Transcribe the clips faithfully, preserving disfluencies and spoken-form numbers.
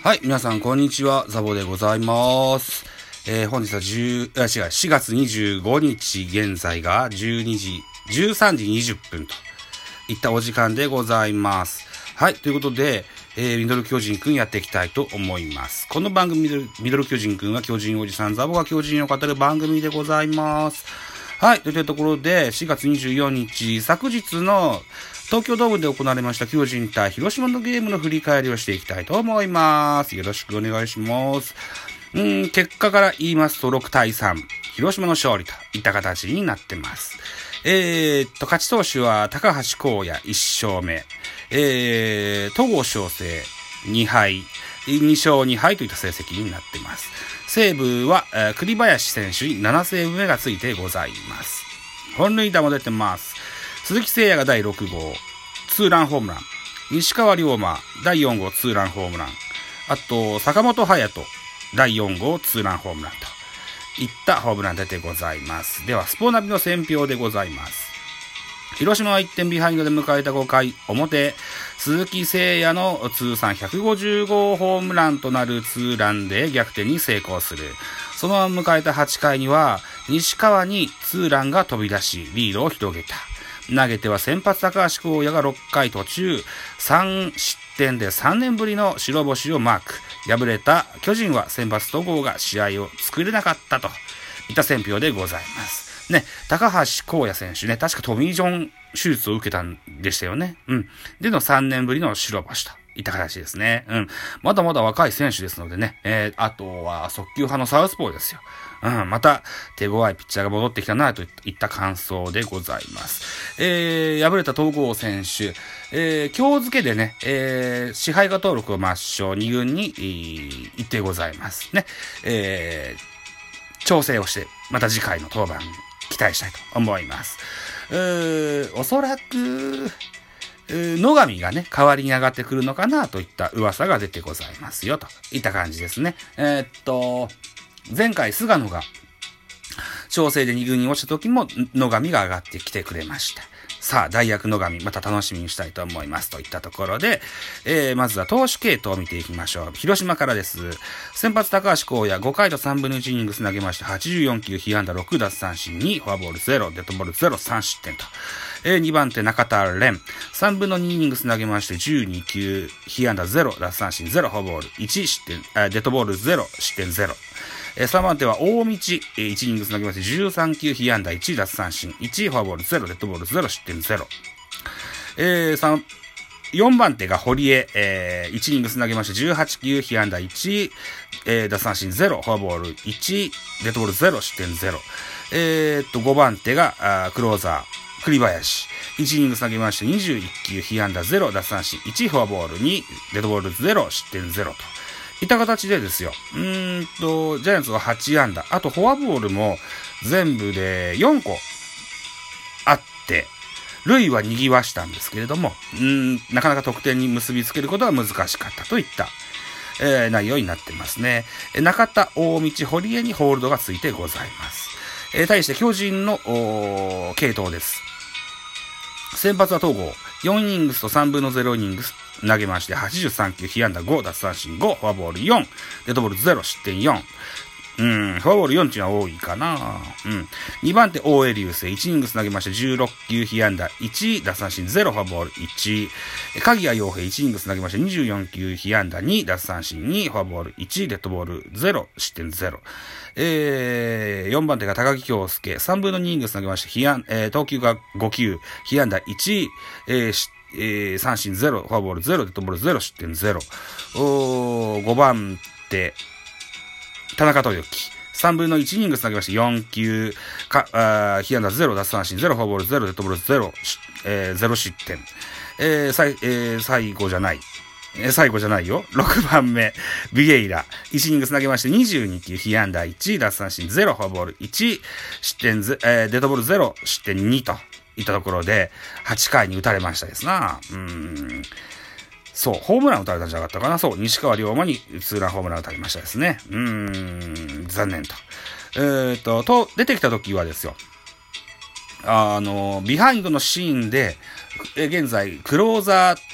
はい、皆さんこんにちは、ザボでございます。えー、本日は10あ違うしがつにじゅうごにち現在がじゅうにじじゅうさんじにじゅっぷんといったお時間でございます。はい、ということで、えー、ミドル巨人くんやっていきたいと思います。この番組ミドル、ミドル巨人くんは巨人おじさんザボが巨人を語る番組でございます。はい、というところでしがつにじゅうよっか昨日の東京ドームで行われました巨人対広島のゲームの振り返りをしていきたいと思います。よろしくお願いします。うーん、結果から言いますとろくたいさん、広島の勝利といった形になってます。えー、っと、勝ち投手は高橋光也いっしょうめ、えー、戸郷翔征にはい、にしょうにはいといった成績になってます。西武は、えー、栗林選手にななセーブ目がついてございます。本塁打も出てます。鈴木誠也がだいろくごう、ツーランホームラン。西川龍馬、だいよんごうツーランホームラン。あと、坂本勇人、だいよんごうツーランホームランといったホームラン出てございます。では、スポナビの選評でございます。広島はいってんビハインドで迎えたごかい表、鈴木誠也の通算ひゃくごじゅうごうホームランとなるツーランで逆転に成功する。そのまま迎えたはちかいには、西川にツーランが飛び出し、リードを広げた。投げては先発高橋光也がろっかい途中さんしってんでさんねんぶりの白星をマーク。敗れた巨人は先発戸郷が試合を作れなかったといった選評でございますね。高橋光也選手ね、確かトミー・ジョン手術を受けたんでしたよね。うん。でのさんねんぶりの白星といった形ですね。うん。まだまだ若い選手ですのでね。えー、あとは速球派のサウスポーですよ。うん。また手強いピッチャーが戻ってきたなといった感想でございます。えー、敗れた戸郷選手、えー、今日付でね、えー、支配下登録を抹消に軍に、えー、行ってございますね。えー、調整をして、また次回の登板期待したいと思います。うー、おそらく、野上がね、代わりに上がってくるのかなといった噂が出てございますよといった感じですね。えー、っと、前回菅野が調整でに軍に落ちた時も野上が上がってきてくれました。さあ、代役野上、また楽しみにしたいと思いますといったところで、えー、まずは投手系統を見ていきましょう。広島からです。先発高橋光也ごかいとさんぶんのいちイニングス投げましてはちじゅうよんきゅう、被安打ろく奪三振にフォアボールゼロ、デッドボールゼロ、さんしってんと。えー、にばん手中田蓮さんぶんのにイニングス投げましてじゅうにきゅう、被安打ゼロ、奪三振ゼロ、フォアボールいち失点、デッドボールゼロ、失点ゼロ。さんばん手は大道、いちイニングス投げましてじゅうさんきゅう、被安打いち、奪三振いち、フォアボールゼロ、デッドボールゼロ、失点ゼロ。えー、よんばん手が堀江、えー、いちイニングス投げましてじゅうはちきゅう、被安打いち、えー、奪三振ゼロ、フォアボールいち、デッドボールゼロ、失点ゼロ。えー、っと、ごばん手があークローザー、栗林。いちイニングス投げましてにじゅういっきゅう、被安打ゼロ、奪三振いち、フォアボールに、デッドボールゼロ、失点ゼロと。いった形でですよ。うーんと、ジャイアンツははちあんだ。あとフォアボールも全部でよんこあって、塁は賑わしたんですけれども、うーん、なかなか得点に結びつけることは難しかったといった、えー、内容になってますね。中田、大道、堀江にホールドがついてございます。えー、対して巨人の系統です。先発は東郷、よんイニングスとさんぶんのゼロイニングス投げましてはちじゅうさんきゅう、被安打ご、奪三振ご、フォアボールよん、デッドボールゼロ、失点よん。うん、フォアボールよんっていうのは多いかな。うん。にばん手、大江流星、いちイニングス投げましてじゅうろっきゅう、被安打いち、奪三振ゼロ、フォアボールいち。鍵谷陽平、いちイニングス投げましてにじゅうよんきゅう、被安打に、奪三振に、フォアボールいち、デッドボールゼロ、失点ゼロ。えー、よんばん手が高木京介、さんぶんのにイニングス投げまして、被安、えー、投球がごきゅう、被安打いち、えー、えー、三振ゼロ、フォアボールゼロ、デッドボールゼロ、失点ゼロ。ごばん手、田中豊樹。さんぶんのいちイニングス投げましてよんきゅう、か、あ被安打ゼロ、奪三振ゼロ、フォアボールゼロ、デッドボールゼロ、えー、ゼロ失点。えー、さい、えー、最後じゃない。えー、最後じゃないよ。ろくばんめ、ビエイラ。いちイニングス投げましてにじゅうにきゅう、被安打いち、奪三振ゼロ、フォアボールいち、失点ゼ、えー、デッドボールゼロ、失点にといったところで、はちかいに打たれましたですな。うーん。そう、ホームラン打たれたんじゃなかったかな。そう、西川龍馬にツーランホームラン打たれましたですね。うーん、残念と。えーと、と、出てきた時はですよ。あの、ビハインドのシーンで、え現在、クローザー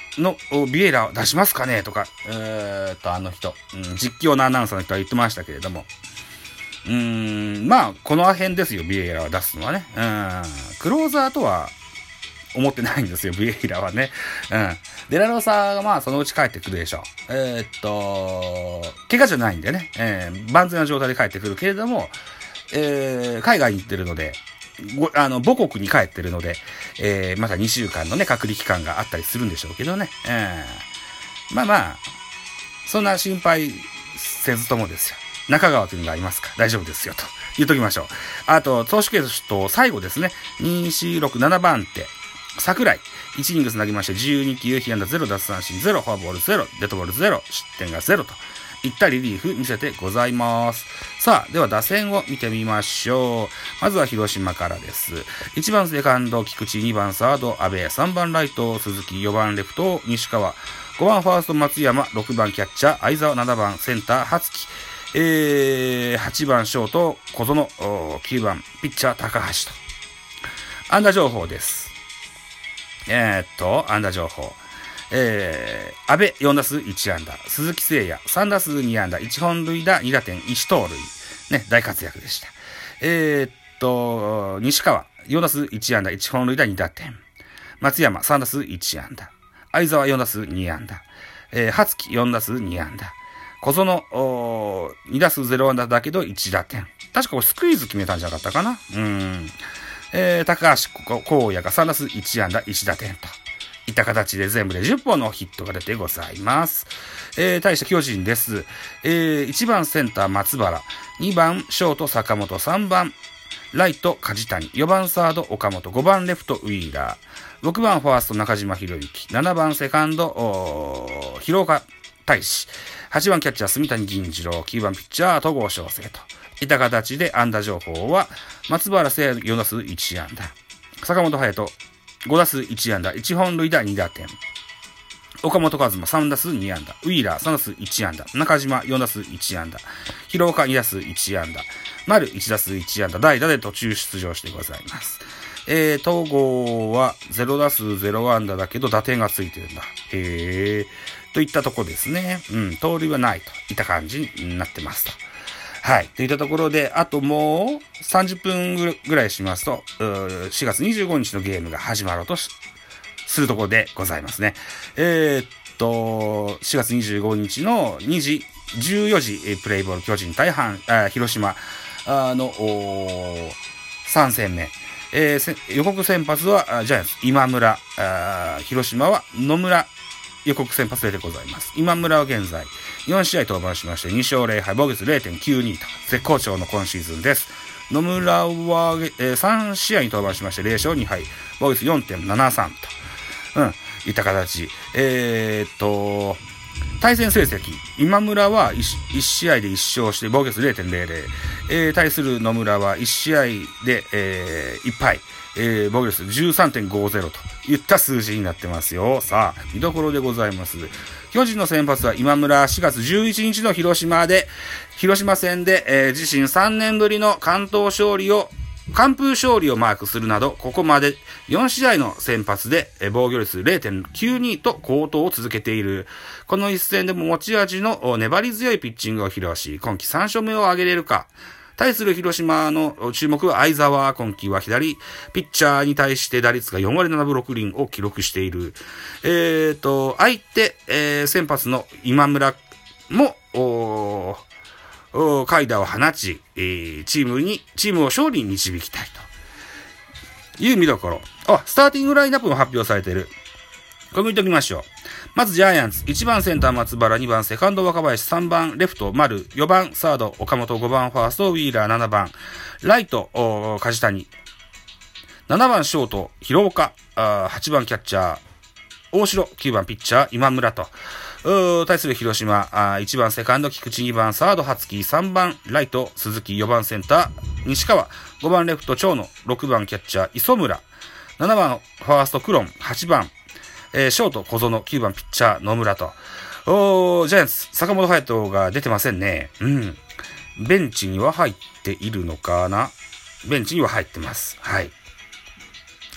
のビエイラを出しますかねとか、えー、っと、あの人、うん、実況のアナウンサーの人は言ってましたけれども、うーん、まあ、この辺ですよ、ビエイラを出すのはね。うん、クローザーとは思ってないんですよ、ビエイラはね。うん。デラロサがまあ、そのうち帰ってくるでしょう。えー、っと、怪我じゃないんでね、えー、万全な状態で帰ってくるけれども、えー、海外に行ってるので、ごあの母国に帰ってるので、えー、またにしゅうかんのね、隔離期間があったりするんでしょうけどね。えー、まあまあ、そんな心配せずともですよ。中川くんがいますから大丈夫ですよ、と言っときましょう。あと、投手ケースと最後ですね、に、よん、ろく、ななばん手、桜井。いちイニングス投げまして、じゅうにきゅう、被安打ゼロ、奪三振ゼロ、フォアボールゼロ、デッドボールゼロ、失点がゼロといったリリーフ見せてございます。さあ、では打線を見てみましょう。まずは広島からです。いちばんセカンド、菊池、にばんサード、阿部、さんばんライト、鈴木、よばんレフト、西川、ごばんファースト、松山、ろくばんキャッチャー、相沢、ななばんセンター、初木、えー、はちばんショート、小園、きゅうばんピッチャー、高橋と。安打情報です。えー、っと、安打情報。えー、安倍よん打数いち安打、鈴木誠也さん打数に安打、いち本塁打、に打点、いち盗塁。ね、大活躍でした。えー、っと、西川よん打数いち安打、いち本塁打、に打点。松山さん打数いち安打。相沢よん打数に安打。えー、初木よん打数に安打。小園に打数ゼロ安打だけどいち打点。確かこれスクイズ決めたんじゃなかったかな。うーん。えー、高橋光也がさん打数いち安打、いち打点と。いった形で全部でじゅっぽんのヒットが出てございます。えー、対して巨人です。えー、いちばんセンター松原、にばんショート坂本、さんばんライト梶谷、よばんサード岡本、ごばんレフトウィーラー、ろくばんファースト中島博之、ななばんセカンド広岡大志、はちばんキャッチャー住谷銀次郎、きゅうばんピッチャー戸郷翔征といった形で安打情報は松原聖也よん打数いち安打、坂本勇人ご打数いち安打、いち本塁打に打点。岡本和真さん打数に安打。ウィーラーさん打数いち安打。中島よん打数いち安打。広岡に打数いち安打。丸いち打数いち安打。代打で途中出場してございます。えー、東郷はゼロ打数ゼロ安打だけど打点がついてるんだ。へー。といったとこですね。うん、盗塁はないといった感じになってますと。はい。といったところで、あともうさんじゅっぷんぐらいしますと、しがつにじゅうごにちのゲームが始まろうとするところでございますね。えー、っと、しがつにじゅうごにちのにじ、じゅうよじ、プレイボール巨人対阪、あ広島のさん戦目。えー、予告先発はジャイアンツ、今村、広島は野村、予告先発でございます。今村は現在よん試合登板しましてに勝ぜろ敗、防御率 れいてんきゅうに と絶好調の今シーズンです。野村は、えー、さん試合に登板しましてぜろ勝に敗、防御率 よんてんななさん と、うん、いった形。えー、っと、対戦成績、今村は 1, いち試合でいち勝して防御率 れいてんぜろぜろ、えー、対する野村はいち試合で、えー、いち敗、えー、防御率 じゅうさんてんごゼロ といった数字になってますよ。さあ、見どころでございます。巨人の先発は今村、しがつじゅういちにちの広島で、広島戦で、えー、自身さんねんぶりの完投勝利を、完封勝利をマークするなど、ここまでよん試合の先発で、えー、防御率 れいてんきゅうに と好投を続けている。この一戦でも持ち味の粘り強いピッチングを披露し、今季さん勝目を挙げれるか。対する広島の注目は相沢。今季は左ピッチャーに対して打率がよんわりななぶろくりんを記録している。えーと、相手、えー、先発の今村も、おー、快打を放ち、えー、チームに、チームを勝利に導きたいという見どころ。あ、スターティングラインナップも発表されている。これ見ておきましょう。まずジャイアンツ、いちばんセンター松原、にばんセカンド若林、さんばんレフト丸、よばんサード岡本、ごばんファーストウィーラー、ななばんライト梶谷、ななばんショート広岡、はちばんキャッチャー大城、きゅうばんピッチャー今村と、対する広島、いちばんセカンド菊池、にばんサード初木、さんばんライト鈴木、よばんセンター西川、ごばんレフト長野、ろくばんキャッチャー磯村、ななばんファーストクロン、はちばんえー、ショート小園、きゅうばんピッチャー野村と。おー、ジャイアンツ、坂本勇人が出てませんね。うん。ベンチには入っているのかな？ベンチには入ってます。はい。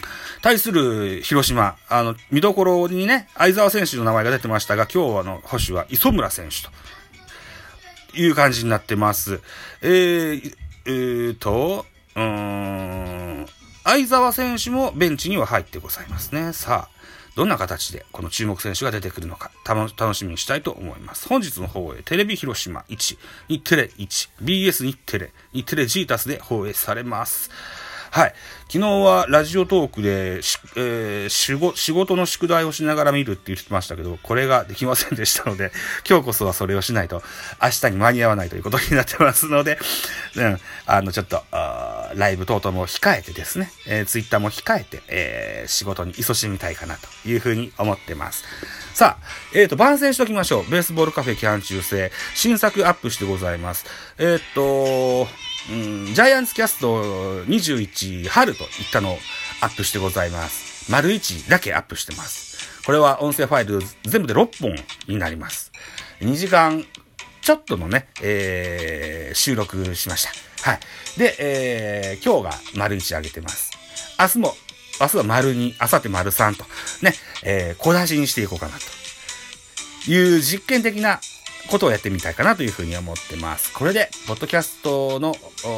対する広島、あの、見どころにね、相澤選手の名前が出てましたが、今日の捕手は磯村選手という感じになってます。えー、えーと、うーん、相澤選手もベンチには入ってございますね。さあ、どんな形でこの注目選手が出てくるのか楽しみにしたいと思います。本日の放映、テレビ広島いち、日テレいち、ビーエス 日テレ、日テレジータスで放映されます。はい。昨日はラジオトークで、えー、仕事、仕事の宿題をしながら見るって言ってましたけど、これができませんでしたので、今日こそはそれをしないと、明日に間に合わないということになってますので、うん、あの、ちょっと、ライブ等々も控えてですね、えー、ツイッターも控えて、えー、仕事に勤しみたいかなというふうに思ってます。さあ、えっと、番宣しておきましょう。ベースボールカフェキャン中世、新作アップしてございます。えっと、うん、ジャイアンツキャストにじゅういち春といったのをアップしてございます。丸いちだけアップしてます。これは音声ファイル全部でろっぽんになります。にじかんちょっとのね、えー、収録しました。はい。で、えー、今日が丸いち上げてます。明日も、明日は丸に、明後日丸さんと、ね、えー、小出しにしていこうかなという実験的なことをやってみたいかなというふうに思ってます。これで、ポッドキャストの、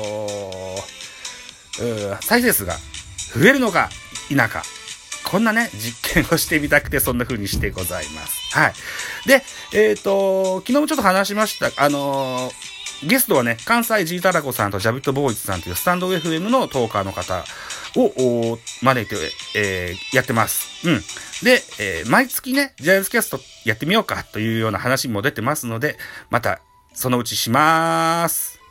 再生数が増えるのか否か、こんなね、実験をしてみたくて、そんな風にしてございます。はい。で、えっと、昨日もちょっと話しました、あのー、ゲストはね、関西ジータラコさんとジャビットボーイズさんというスタンド エフエム のトーカーの方を招いて、えー、やってます。うん。で、えー、毎月ね、ジャイアンツキャストやってみようかというような話も出てますので、また、そのうちしまーす。